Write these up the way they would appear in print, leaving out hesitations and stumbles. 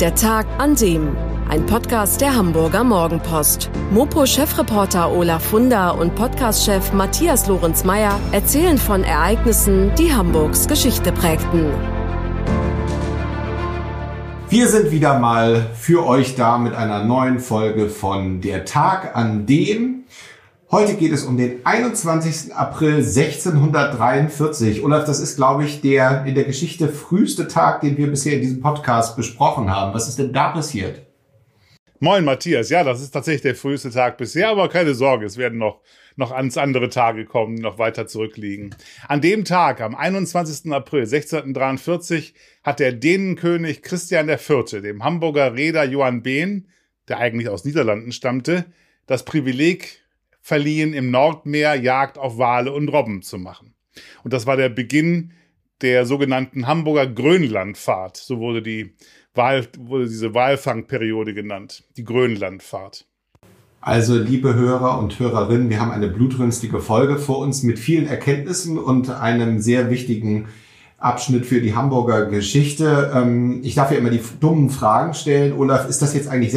Der Tag an dem. Ein Podcast der Hamburger Morgenpost. Mopo-Chefreporter Olaf Funder und Podcast-Chef Matthias Lorenz-Meyer erzählen von Ereignissen, die Hamburgs Geschichte prägten. Wir sind wieder mal für euch da mit einer neuen Folge von Der Tag an dem. Heute geht es um den 21. April 1643. Olaf, das ist, glaube ich, der in der Geschichte früheste Tag, den wir bisher in diesem Podcast besprochen haben. Was ist denn da passiert? Moin Matthias, ja, das ist tatsächlich der früheste Tag bisher, aber keine Sorge, es werden noch ans andere Tage kommen, die noch weiter zurückliegen. An dem Tag, am 21. April 1643, hat der Dänenkönig Christian IV., dem Hamburger Reeder Johan Behn, der eigentlich aus Niederlanden stammte, das Privileg verliehen, im Nordmeer Jagd auf Wale und Robben zu machen. Und das war der Beginn der sogenannten Hamburger Grönlandfahrt. So wurde diese Walfangperiode genannt, die Grönlandfahrt. Also, liebe Hörer und Hörerinnen, wir haben eine blutrünstige Folge vor uns mit vielen Erkenntnissen und einem sehr wichtigen Abschnitt für die Hamburger Geschichte. Ich darf ja immer die dummen Fragen stellen. Olaf, ist das jetzt eigentlich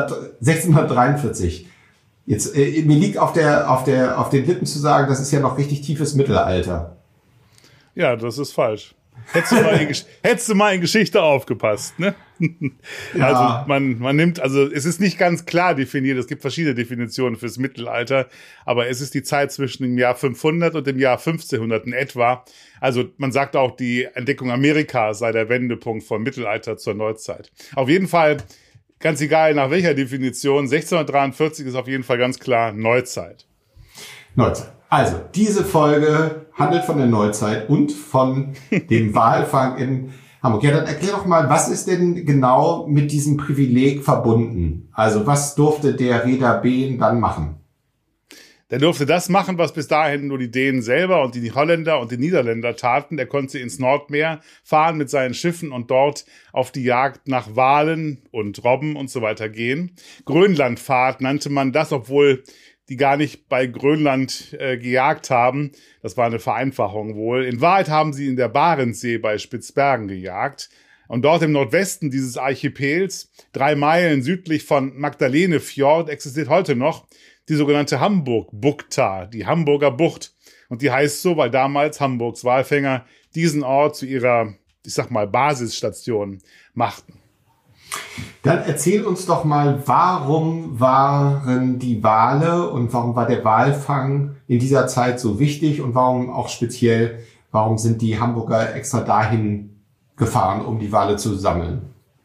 1643? Jetzt, mir liegt auf den Lippen zu sagen, das ist ja noch richtig tiefes Mittelalter. Ja, das ist falsch. Hättest du mal in Geschichte aufgepasst, ne? Ja. Also man nimmt, es ist nicht ganz klar definiert, es gibt verschiedene Definitionen fürs Mittelalter, aber es ist die Zeit zwischen dem Jahr 500 und dem Jahr 1500 in etwa. Also man sagt auch, die Entdeckung Amerikas sei der Wendepunkt von Mittelalter zur Neuzeit. Auf jeden Fall, ganz egal nach welcher Definition, 1643 ist auf jeden Fall ganz klar Neuzeit. Neuzeit. Also, diese Folge handelt von der Neuzeit und von dem Walfang in Hamburg. Ja, dann erklär doch mal, was ist denn genau mit diesem Privileg verbunden? Also, was durfte der Reeder Behn dann machen? Der durfte das machen, was bis dahin nur die Dänen selber und die Holländer und die Niederländer taten. Der konnte ins Nordmeer fahren mit seinen Schiffen und dort auf die Jagd nach Walen und Robben und so weiter gehen. Grönlandfahrt nannte man das, obwohl die gar nicht bei Grönland gejagt haben. Das war eine Vereinfachung wohl. In Wahrheit haben sie in der Barentssee bei Spitzbergen gejagt. Und dort im Nordwesten dieses Archipels, 3 Meilen südlich von Magdalenefjord, existiert heute noch die sogenannte Hamburg-Bukta, die Hamburger Bucht. Und die heißt so, weil damals Hamburgs Walfänger diesen Ort zu ihrer, Basisstation machten. Dann erzähl uns doch mal, warum waren die Wale und warum war der Walfang in dieser Zeit so wichtig und warum sind die Hamburger extra dahin gefahren, um die Wale zu sammeln?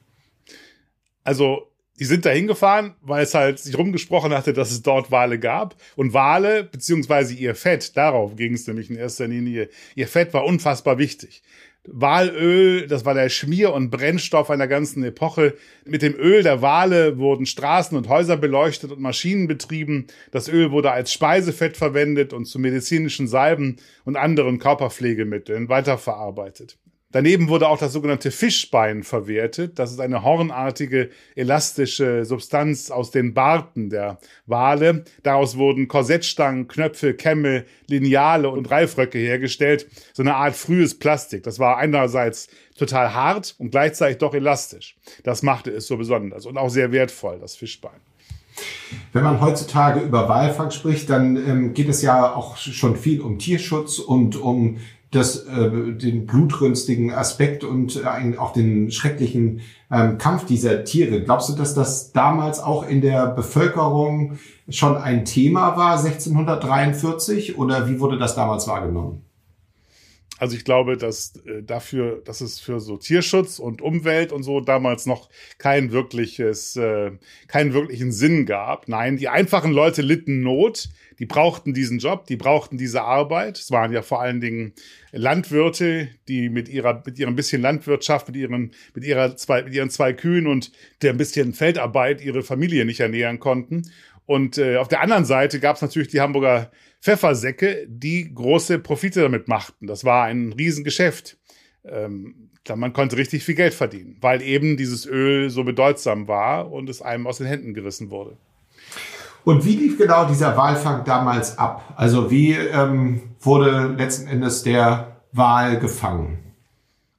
Also, die sind dahin gefahren, weil es halt sich rumgesprochen hatte, dass es dort Wale gab. Und Wale, beziehungsweise ihr Fett, darauf ging es nämlich in erster Linie, ihr Fett war unfassbar wichtig. Walöl, das war der Schmier- und Brennstoff einer ganzen Epoche. Mit dem Öl der Wale wurden Straßen und Häuser beleuchtet und Maschinen betrieben. Das Öl wurde als Speisefett verwendet und zu medizinischen Salben und anderen Körperpflegemitteln weiterverarbeitet. Daneben wurde auch das sogenannte Fischbein verwertet. Das ist eine hornartige, elastische Substanz aus den Barten der Wale. Daraus wurden Korsettstangen, Knöpfe, Kämme, Lineale und Reifröcke hergestellt. So eine Art frühes Plastik. Das war einerseits total hart und gleichzeitig doch elastisch. Das machte es so besonders und auch sehr wertvoll, das Fischbein. Wenn man heutzutage über Walfang spricht, dann geht es ja auch schon viel um Tierschutz und um den blutrünstigen Aspekt und auch den schrecklichen Kampf dieser Tiere. Glaubst du, dass das damals auch in der Bevölkerung schon ein Thema war, 1643? Oder wie wurde das damals wahrgenommen? Also ich glaube, dass es für so Tierschutz und Umwelt und so damals noch keinen wirklichen Sinn gab. Nein, die einfachen Leute litten Not. Die brauchten diesen Job, die brauchten diese Arbeit. Es waren ja vor allen Dingen Landwirte, die mit ihrem bisschen Landwirtschaft, mit ihren 2 Kühen und der ein bisschen Feldarbeit ihre Familie nicht ernähren konnten. Und auf der anderen Seite gab es natürlich die Hamburger Pfeffersäcke, die große Profite damit machten. Das war ein Riesengeschäft. Man konnte richtig viel Geld verdienen, weil eben dieses Öl so bedeutsam war und es einem aus den Händen gerissen wurde. Und wie lief genau dieser Walfang damals ab? Also wie wurde letzten Endes der Wal gefangen?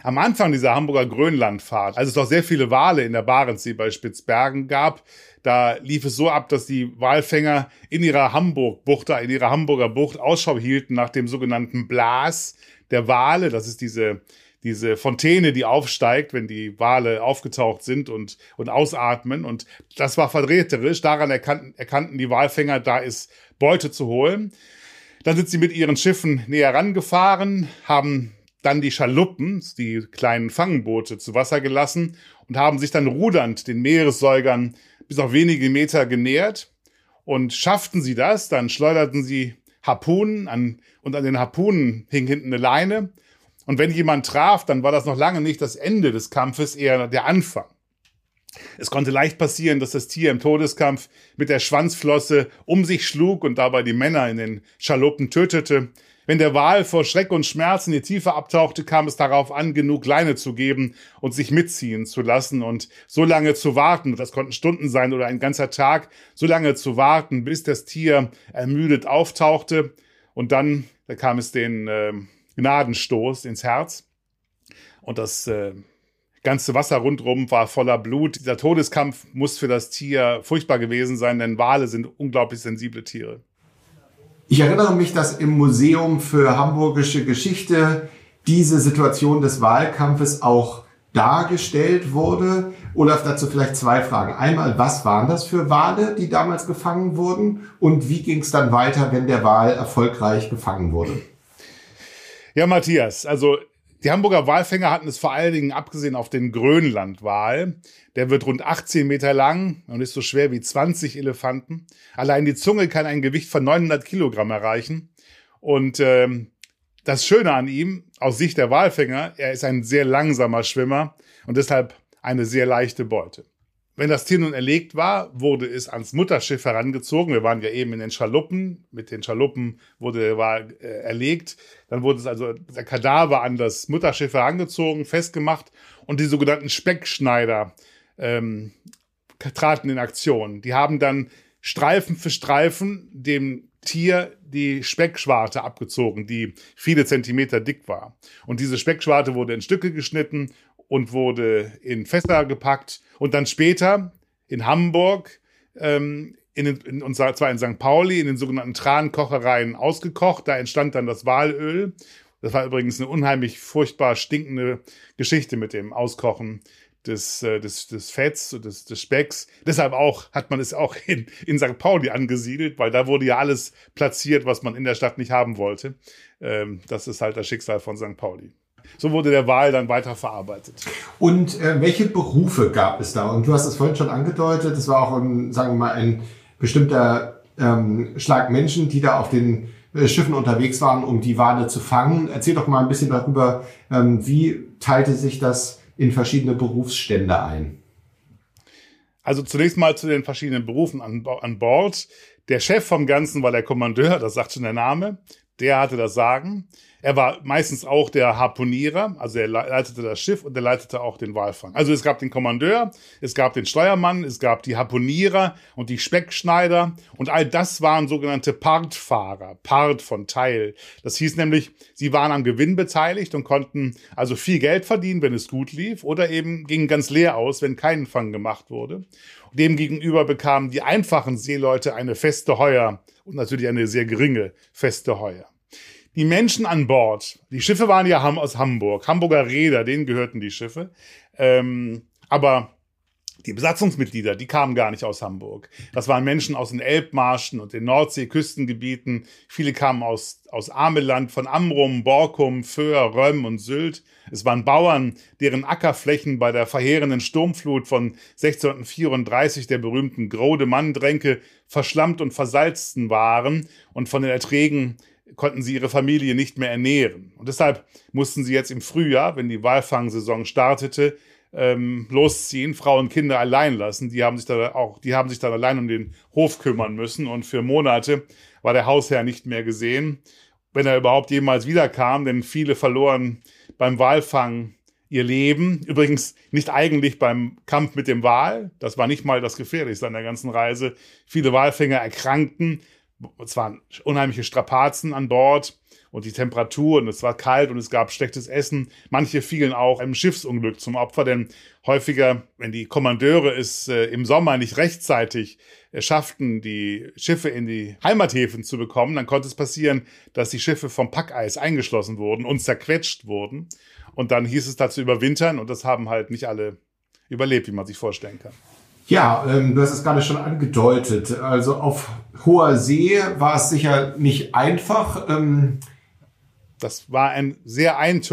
am Anfang dieser Hamburger Grönlandfahrt, als es noch sehr viele Wale in der Barentssee bei Spitzbergen gab, da lief es so ab, dass die Walfänger in ihrer Hamburger Bucht Ausschau hielten nach dem sogenannten Blas der Wale. Das ist diese Fontäne, die aufsteigt, wenn die Wale aufgetaucht sind und ausatmen. Und das war verräterisch. Daran erkannten die Walfänger, da ist Beute zu holen. Dann sind sie mit ihren Schiffen näher rangefahren, haben dann die Schaluppen, die kleinen Fangboote, zu Wasser gelassen und haben sich dann rudernd den Meeressäugern bis auf wenige Meter genähert. Und schafften sie das, dann schleuderten sie Harpunen und an den Harpunen hing hinten eine Leine. Und wenn jemand traf, dann war das noch lange nicht das Ende des Kampfes, eher der Anfang. Es konnte leicht passieren, dass das Tier im Todeskampf mit der Schwanzflosse um sich schlug und dabei die Männer in den Schaluppen tötete. Wenn der Wal vor Schreck und Schmerz in die Tiefe abtauchte, kam es darauf an, genug Leine zu geben und sich mitziehen zu lassen und so lange zu warten, das konnten Stunden sein oder ein ganzer Tag, so lange zu warten, bis das Tier ermüdet auftauchte und dann da kam es den Gnadenstoß ins Herz und das ganze Wasser rundherum war voller Blut. Dieser Todeskampf muss für das Tier furchtbar gewesen sein, denn Wale sind unglaublich sensible Tiere. Ich erinnere mich, dass im Museum für Hamburgische Geschichte diese Situation des Wahlkampfes auch dargestellt wurde. Olaf, dazu vielleicht 2 Fragen. Einmal, was waren das für Wale, die damals gefangen wurden? Und wie ging es dann weiter, wenn der Wal erfolgreich gefangen wurde? Ja, Matthias, also die Hamburger Walfänger hatten es vor allen Dingen abgesehen auf den Grönlandwal. Der wird rund 18 Meter lang und ist so schwer wie 20 Elefanten. Allein die Zunge kann ein Gewicht von 900 Kilogramm erreichen. Und das Schöne an ihm, aus Sicht der Walfänger, er ist ein sehr langsamer Schwimmer und deshalb eine sehr leichte Beute. Wenn das Tier nun erlegt war, wurde es ans Mutterschiff herangezogen. Wir waren ja eben in den Schaluppen. Mit den Schaluppen wurde der Wal erlegt. Dann wurde es also der Kadaver an das Mutterschiff herangezogen, festgemacht und die sogenannten Speckschneider traten in Aktion. Die haben dann Streifen für Streifen dem Tier die Speckschwarte abgezogen, die viele Zentimeter dick war. Und diese Speckschwarte wurde in Stücke geschnitten und wurde in Fässer gepackt und dann später in Hamburg, und zwar in St. Pauli, in den sogenannten Trankochereien ausgekocht. Da entstand dann das Walöl. Das war übrigens eine unheimlich furchtbar stinkende Geschichte mit dem Auskochen des Fetts und des Specks. Deshalb hat man es auch in St. Pauli angesiedelt, weil da wurde ja alles platziert, was man in der Stadt nicht haben wollte. Das ist halt das Schicksal von St. Pauli. So wurde der Wal dann weiter verarbeitet. Und welche Berufe gab es da? Und du hast es vorhin schon angedeutet, es war auch ein bestimmter Schlag Menschen, die da auf den Schiffen unterwegs waren, um die Wale zu fangen. Erzähl doch mal ein bisschen darüber, wie teilte sich das in verschiedene Berufsstände ein? Also zunächst mal zu den verschiedenen Berufen an Bord. Der Chef vom Ganzen war der Kommandeur, das sagt schon der Name. Der hatte das Sagen. Er war meistens auch der Harpunierer, also er leitete das Schiff und er leitete auch den Walfang. Also es gab den Kommandeur, es gab den Steuermann, es gab die Harpunierer und die Speckschneider und all das waren sogenannte Partfahrer, Part von Teil. Das hieß nämlich, sie waren am Gewinn beteiligt und konnten also viel Geld verdienen, wenn es gut lief, oder eben gingen ganz leer aus, wenn kein Fang gemacht wurde. Demgegenüber bekamen die einfachen Seeleute eine feste Heuer und natürlich eine sehr geringe feste Heuer. Die Menschen an Bord, die Schiffe waren ja aus Hamburg, Hamburger Reeder, denen gehörten die Schiffe, aber die Besatzungsmitglieder, die kamen gar nicht aus Hamburg. Das waren Menschen aus den Elbmarschen und den Nordsee-Küstengebieten. Viele kamen aus Ameland, von Amrum, Borkum, Föhr, Röm und Sylt. Es waren Bauern, deren Ackerflächen bei der verheerenden Sturmflut von 1634, der berühmten Grode-Mann-Dränke, verschlammt und versalzen waren und von den Erträgen konnten sie ihre Familie nicht mehr ernähren. Und deshalb mussten sie jetzt im Frühjahr, wenn die Walfangsaison startete, losziehen, Frauen und Kinder allein lassen. Die haben sich dann allein um den Hof kümmern müssen und für Monate war der Hausherr nicht mehr gesehen, wenn er überhaupt jemals wiederkam, denn viele verloren beim Walfang ihr Leben. Übrigens nicht eigentlich beim Kampf mit dem Wal, das war nicht mal das Gefährlichste an der ganzen Reise. Viele Walfänger erkrankten Es waren unheimliche Strapazen an Bord und die Temperaturen, es war kalt und es gab schlechtes Essen. Manche fielen auch einem Schiffsunglück zum Opfer, denn häufiger, wenn die Kommandeure es im Sommer nicht rechtzeitig schafften, die Schiffe in die Heimathäfen zu bekommen, dann konnte es passieren, dass die Schiffe vom Packeis eingeschlossen wurden und zerquetscht wurden. Und dann hieß es da zu überwintern und das haben halt nicht alle überlebt, wie man sich vorstellen kann. Ja, du hast es gerade schon angedeutet. Also auf hoher See war es sicher nicht einfach. Das war ein sehr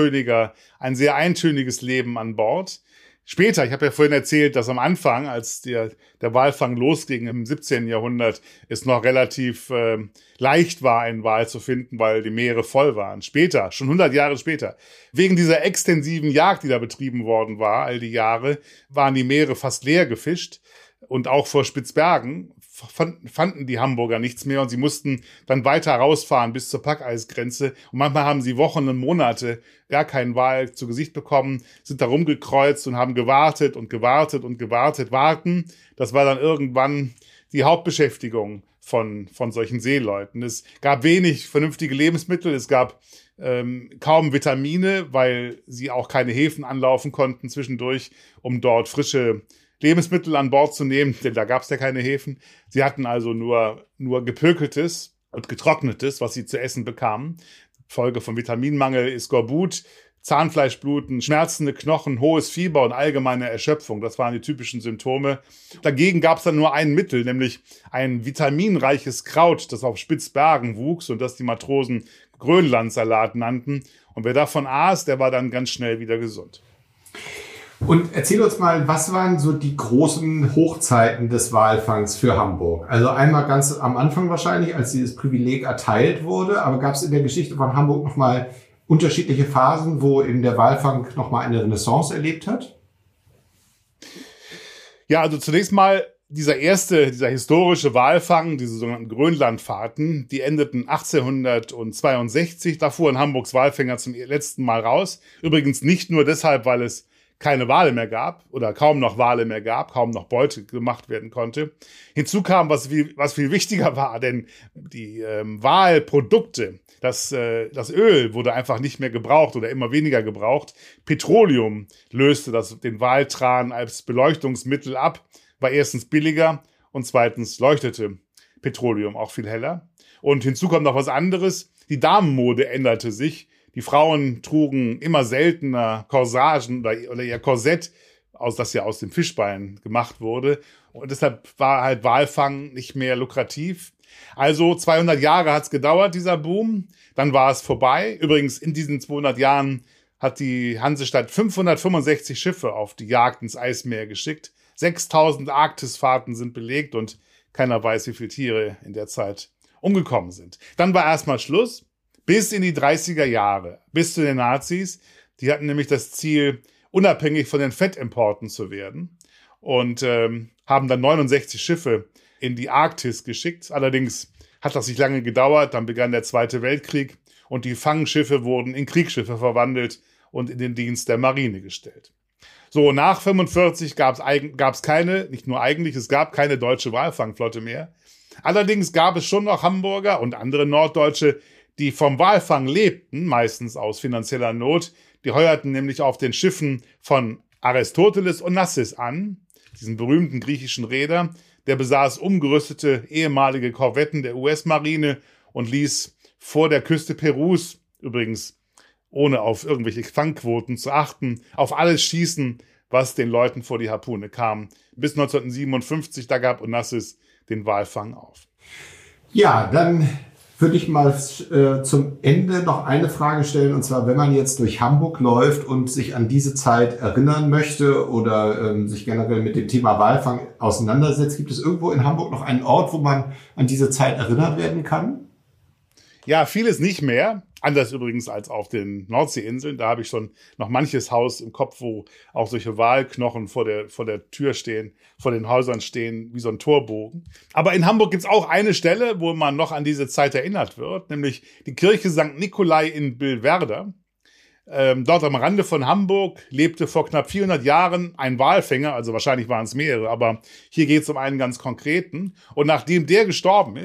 eintöniges Leben an Bord. Später, ich habe ja vorhin erzählt, dass am Anfang, als der Walfang losging im 17. Jahrhundert, es noch relativ leicht war, einen Wal zu finden, weil die Meere voll waren. Später, schon 100 Jahre später, wegen dieser extensiven Jagd, die da betrieben worden war, all die Jahre, waren die Meere fast leer gefischt. Und auch vor Spitzbergen fanden die Hamburger nichts mehr und sie mussten dann weiter rausfahren bis zur Packeisgrenze. Und manchmal haben sie Wochen und Monate gar keinen Wal zu Gesicht bekommen, sind da rumgekreuzt und haben gewartet und gewartet und gewartet. Warten, das war dann irgendwann die Hauptbeschäftigung von solchen Seeleuten. Es gab wenig vernünftige Lebensmittel, es gab kaum Vitamine, weil sie auch keine Häfen anlaufen konnten zwischendurch, um dort frische Lebensmittel an Bord zu nehmen, denn da gab es ja keine Häfen. Sie hatten also nur gepökeltes und getrocknetes, was sie zu essen bekamen. Folge von Vitaminmangel ist Skorbut, Zahnfleischbluten, schmerzende Knochen, hohes Fieber und allgemeine Erschöpfung. Das waren die typischen Symptome. Dagegen gab es dann nur ein Mittel, nämlich ein vitaminreiches Kraut, das auf Spitzbergen wuchs und das die Matrosen Grönlandsalat nannten. Und wer davon aß, der war dann ganz schnell wieder gesund. Und erzähl uns mal, was waren so die großen Hochzeiten des Walfangs für Hamburg? Also einmal ganz am Anfang wahrscheinlich, als dieses Privileg erteilt wurde, aber gab es in der Geschichte von Hamburg nochmal unterschiedliche Phasen, wo eben der Walfang nochmal eine Renaissance erlebt hat? Ja, also zunächst mal dieser historische Walfang, diese sogenannten Grönlandfahrten, die endeten 1862. Da fuhren Hamburgs Walfänger zum letzten Mal raus. Übrigens nicht nur deshalb, weil es keine Wale mehr gab oder kaum noch Wale mehr gab, kaum noch Beute gemacht werden konnte. Hinzu kam, was viel wichtiger war, denn die Walprodukte, das Öl wurde einfach nicht mehr gebraucht oder immer weniger gebraucht. Petroleum löste den Waltran als Beleuchtungsmittel ab, war erstens billiger und zweitens leuchtete Petroleum auch viel heller. Und hinzu kommt noch was anderes, die Damenmode änderte sich. Die Frauen trugen immer seltener Corsagen oder ihr Korsett, das ja aus dem Fischbein gemacht wurde. Und deshalb war halt Walfang nicht mehr lukrativ. Also 200 Jahre hat's gedauert, dieser Boom. Dann war es vorbei. Übrigens, in diesen 200 Jahren hat die Hansestadt 565 Schiffe auf die Jagd ins Eismeer geschickt. 6000 Arktisfahrten sind belegt und keiner weiß, wie viele Tiere in der Zeit umgekommen sind. Dann war erstmal Schluss. Bis in die 30er Jahre, bis zu den Nazis. Die hatten nämlich das Ziel, unabhängig von den Fettimporten zu werden und haben dann 69 Schiffe in die Arktis geschickt. Allerdings hat das nicht lange gedauert, dann begann der Zweite Weltkrieg und die Fangschiffe wurden in Kriegsschiffe verwandelt und in den Dienst der Marine gestellt. So, nach 45 gab es keine, nicht nur eigentlich, es gab keine deutsche Walfangflotte mehr. Allerdings gab es schon noch Hamburger und andere Norddeutsche, die vom Walfang lebten, meistens aus finanzieller Not. Die heuerten nämlich auf den Schiffen von Aristoteles Onassis an, diesen berühmten griechischen Reeder. Der besaß umgerüstete ehemalige Korvetten der US-Marine und ließ vor der Küste Perus, übrigens ohne auf irgendwelche Fangquoten zu achten, auf alles schießen, was den Leuten vor die Harpune kam. Bis 1957, da gab Onassis den Walfang auf. Ja, dann würde ich mal zum Ende noch eine Frage stellen, und zwar, wenn man jetzt durch Hamburg läuft und sich an diese Zeit erinnern möchte oder sich generell mit dem Thema Walfang auseinandersetzt, gibt es irgendwo in Hamburg noch einen Ort, wo man an diese Zeit erinnert werden kann? Ja, vieles nicht mehr. Anders übrigens als auf den Nordseeinseln. Da habe ich schon noch manches Haus im Kopf, wo auch solche Walknochen vor der Tür stehen, vor den Häusern stehen, wie so ein Torbogen. Aber in Hamburg gibt's auch eine Stelle, wo man noch an diese Zeit erinnert wird, nämlich die Kirche St. Nikolai in Billwerder. Dort am Rande von Hamburg lebte vor knapp 400 Jahren ein Walfänger, also wahrscheinlich waren es mehrere, aber hier geht es um einen ganz konkreten. Und nachdem der gestorben ist,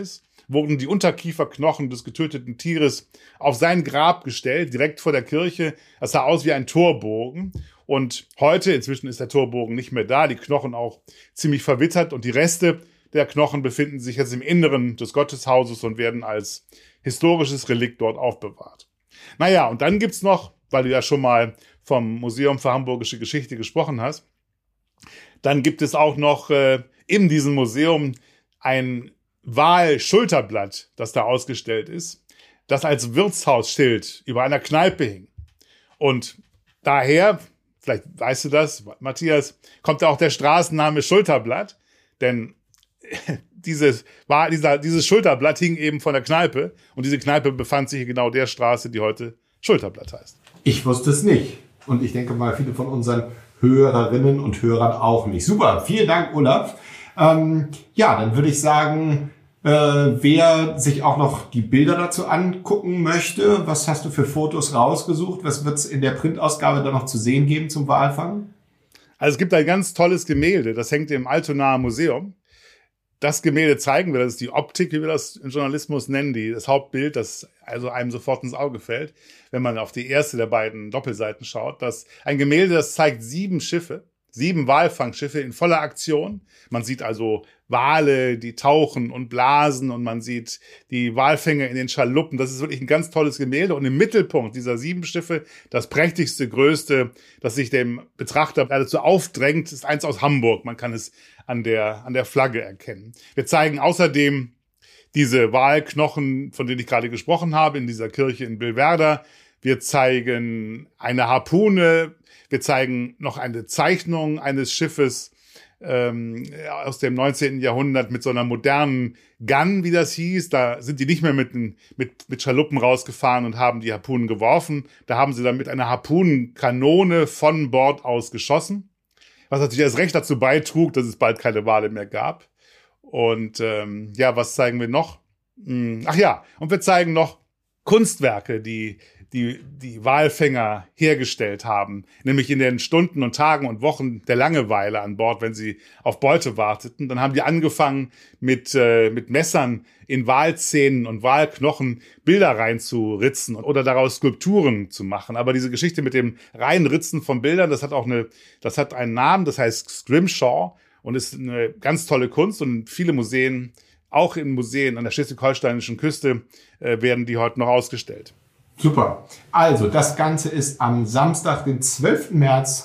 wurden die Unterkieferknochen des getöteten Tieres auf sein Grab gestellt, direkt vor der Kirche. Das sah aus wie ein Torbogen. Und heute, inzwischen ist der Torbogen nicht mehr da, die Knochen auch ziemlich verwittert und die Reste der Knochen befinden sich jetzt im Inneren des Gotteshauses und werden als historisches Relikt dort aufbewahrt. Naja, und dann gibt's noch, weil du ja schon mal vom Museum für Hamburgische Geschichte gesprochen hast, dann gibt es auch noch in diesem Museum ein Wahlschulterblatt, das da ausgestellt ist, das als Wirtshausschild über einer Kneipe hing. Und daher, vielleicht weißt du das, Matthias, kommt auch der Straßenname Schulterblatt, denn dieses Schulterblatt hing eben von der Kneipe und diese Kneipe befand sich in genau der Straße, die heute Schulterblatt heißt. Ich wusste es nicht und ich denke mal, viele von unseren Hörerinnen und Hörern auch nicht. Super, vielen Dank, Olaf. Dann würde ich sagen, wer sich auch noch die Bilder dazu angucken möchte, was hast du für Fotos rausgesucht? Was wird es in der Printausgabe da noch zu sehen geben zum Walfang? Also es gibt ein ganz tolles Gemälde, das hängt im Altonaer Museum. Das Gemälde zeigen wir, das ist die Optik, wie wir das im Journalismus nennen, das Hauptbild, das also einem sofort ins Auge fällt, wenn man auf die erste der beiden Doppelseiten schaut. Ein Gemälde, das zeigt 7 Schiffe, 7 Walfangschiffe in voller Aktion. Man sieht also Wale, die tauchen und blasen und man sieht die Walfänger in den Schaluppen. Das ist wirklich ein ganz tolles Gemälde und im Mittelpunkt dieser 7 Schiffe, das prächtigste, größte, das sich dem Betrachter geradezu aufdrängt, ist eins aus Hamburg. Man kann es an der Flagge erkennen. Wir zeigen außerdem diese Walknochen, von denen ich gerade gesprochen habe, in dieser Kirche in Billwerder. Wir zeigen eine Harpune. Wir zeigen noch eine Zeichnung eines Schiffes aus dem 19. Jahrhundert mit so einer modernen Gun, wie das hieß. Da sind die nicht mehr mit Schaluppen rausgefahren und haben die Harpunen geworfen. Da haben sie dann mit einer Harpunenkanone von Bord aus geschossen. Was natürlich erst recht dazu beitrug, dass es bald keine Wale mehr gab. Und was zeigen wir noch? Und wir zeigen noch Kunstwerke, die Walfänger hergestellt haben, nämlich in den Stunden und Tagen und Wochen der Langeweile an Bord, wenn sie auf Beute warteten. Dann haben die angefangen, mit Messern in Walzähnen und Walknochen Bilder reinzuritzen oder daraus Skulpturen zu machen. Aber diese Geschichte mit dem Reinritzen von Bildern, das hat einen Namen, das heißt Scrimshaw und ist eine ganz tolle Kunst und viele Museen, auch in Museen an der schleswig-holsteinischen Küste, werden die heute noch ausgestellt. Super. Also, das Ganze ist am Samstag, den 12. März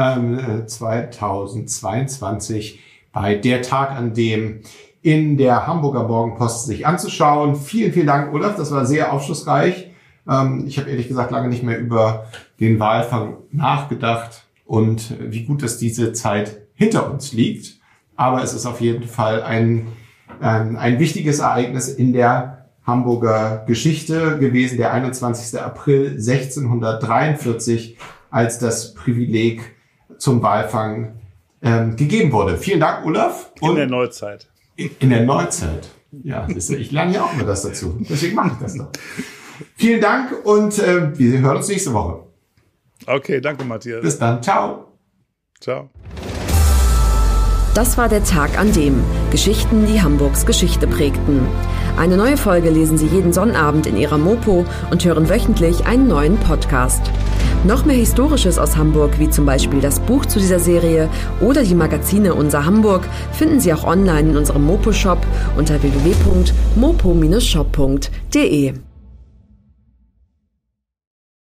2022 bei der Tag, an dem in der Hamburger Morgenpost sich anzuschauen. Vielen, vielen Dank, Olaf. Das war sehr aufschlussreich. Ich habe ehrlich gesagt lange nicht mehr über den Walfang nachgedacht und wie gut, dass diese Zeit hinter uns liegt. Aber es ist auf jeden Fall ein wichtiges Ereignis in der Hamburger Geschichte gewesen, der 21. April 1643, als das Privileg zum Walfang gegeben wurde. Vielen Dank, Olaf. In der Neuzeit. In der Neuzeit. Ja, ich lerne ja auch immer das dazu. Deswegen mache ich das noch. Vielen Dank und wir hören uns nächste Woche. Okay, danke, Matthias. Bis dann. Ciao. Ciao. Das war der Tag, an dem Geschichten, die Hamburgs Geschichte prägten. Eine neue Folge lesen Sie jeden Sonnabend in Ihrer Mopo und hören wöchentlich einen neuen Podcast. Noch mehr Historisches aus Hamburg, wie zum Beispiel das Buch zu dieser Serie oder die Magazine Unser Hamburg, finden Sie auch online in unserem Mopo-Shop unter www.mopo-shop.de.